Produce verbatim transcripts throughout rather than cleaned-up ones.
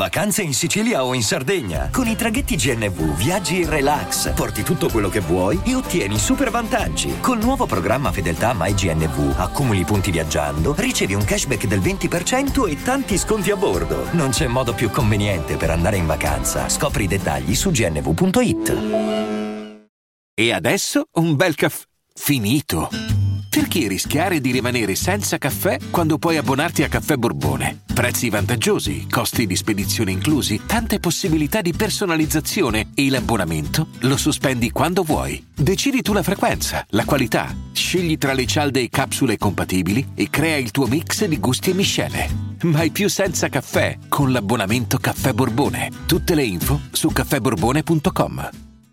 Vacanze in Sicilia o in Sardegna. Con i traghetti G N V viaggi in relax, porti tutto quello che vuoi e ottieni super vantaggi. Col nuovo programma Fedeltà MyGNV accumuli punti viaggiando, ricevi un cashback del venti per cento e tanti sconti a bordo. Non c'è modo più conveniente per andare in vacanza. Scopri i dettagli su g n v punto i t. E adesso un bel caffè finito. Perché rischiare di rimanere senza caffè quando puoi abbonarti a Caffè Borbone? Prezzi vantaggiosi, costi di spedizione inclusi, tante possibilità di personalizzazione e l'abbonamento lo sospendi quando vuoi. Decidi tu la frequenza, la qualità, scegli tra le cialde e capsule compatibili e crea il tuo mix di gusti e miscele. Mai più senza caffè con l'abbonamento Caffè Borbone. Tutte le info su caffè borbone punto com.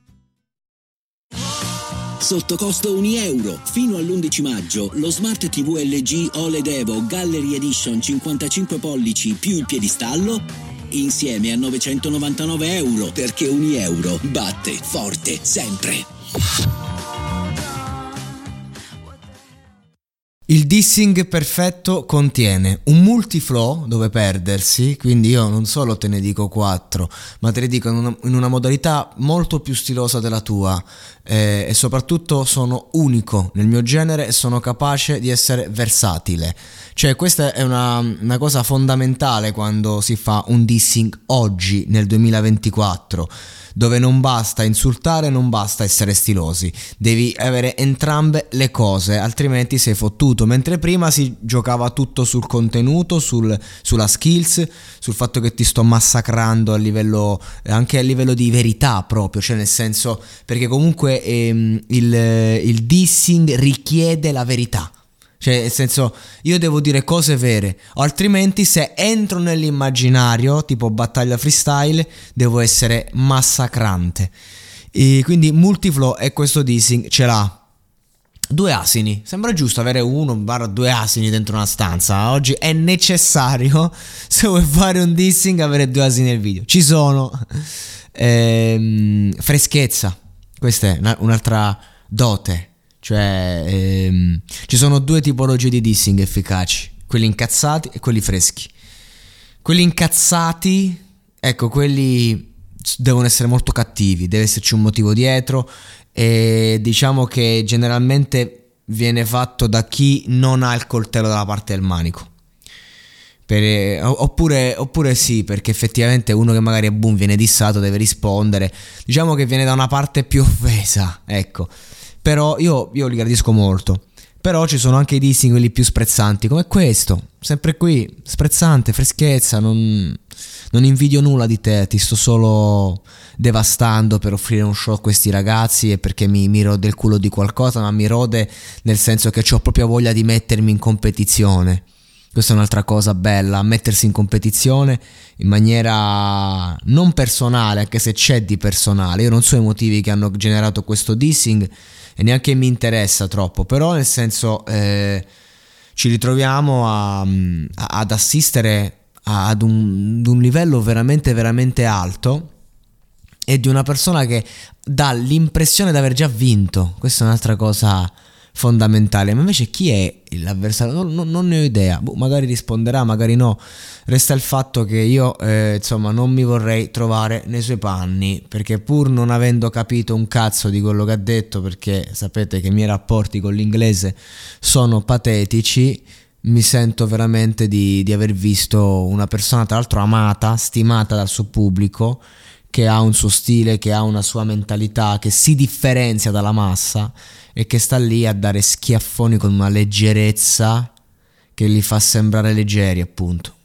Sotto costo un euro. Fino all'undici maggio lo Smart ti vu L G O L E D Evo Gallery Edition cinquantacinque pollici più il piedistallo insieme a novecentonovantanove euro, perché un euro batte forte sempre. Il dissing perfetto contiene un multiflow dove perdersi, quindi io non solo te ne dico quattro, ma te ne dico in una, in una modalità molto più stilosa della tua, eh, e soprattutto sono unico nel mio genere e sono capace di essere versatile. Cioè questa è una, una cosa fondamentale quando si fa un dissing oggi nel duemilaventiquattro, dove non basta insultare, non basta essere stilosi, devi avere entrambe le cose, altrimenti sei fottuto. Mentre prima si giocava tutto sul contenuto, sul, sulla skills, sul fatto che ti sto massacrando a livello, anche a livello di verità proprio, cioè nel senso, perché comunque ehm, il, il dissing richiede la verità. Cioè nel senso, io devo dire cose vere, o altrimenti se entro nell'immaginario tipo battaglia freestyle devo essere massacrante. E quindi multiflow e questo dissing ce l'ha. Due asini, sembra giusto avere uno barra due asini dentro una stanza. Oggi è necessario, se vuoi fare un dissing, avere due asini nel video. Ci sono. ehm, Freschezza, questa è un'altra dote. Cioè ehm, ci sono due tipologie di dissing efficaci, quelli incazzati e quelli freschi. Quelli incazzati, ecco, quelli devono essere molto cattivi, deve esserci un motivo dietro, e diciamo che generalmente viene fatto da chi non ha il coltello dalla parte del manico. Per, oppure, oppure sì, perché effettivamente uno che magari è boom viene dissato, deve rispondere, diciamo che viene da una parte più offesa, ecco. Però io, io li gradisco molto. Però ci sono anche i dissing quelli più sprezzanti, come questo, sempre qui, sprezzante, freschezza, non, non invidio nulla di te, ti sto solo devastando per offrire un show a questi ragazzi, e perché mi, mi rode il culo di qualcosa, ma mi rode nel senso che ho proprio voglia di mettermi in competizione. Questa è un'altra cosa bella, mettersi in competizione in maniera non personale, anche se c'è di personale. Io non so i motivi che hanno generato questo dissing e neanche mi interessa troppo, però nel senso eh, ci ritroviamo a, a, ad assistere ad un, ad un livello veramente veramente alto, e di una persona che dà l'impressione di aver già vinto. Questa è un'altra cosa fondamentale. Ma invece chi è l'avversario? Non, non, non ne ho idea. Boh, magari risponderà, magari no. Resta il fatto che io eh, insomma non mi vorrei trovare nei suoi panni, perché pur non avendo capito un cazzo di quello che ha detto, perché sapete che i miei rapporti con l'inglese sono patetici, mi sento veramente di, di aver visto una persona tra l'altro amata, stimata dal suo pubblico, che ha un suo stile, che ha una sua mentalità, che si differenzia dalla massa e che sta lì a dare schiaffoni con una leggerezza che li fa sembrare leggeri, appunto.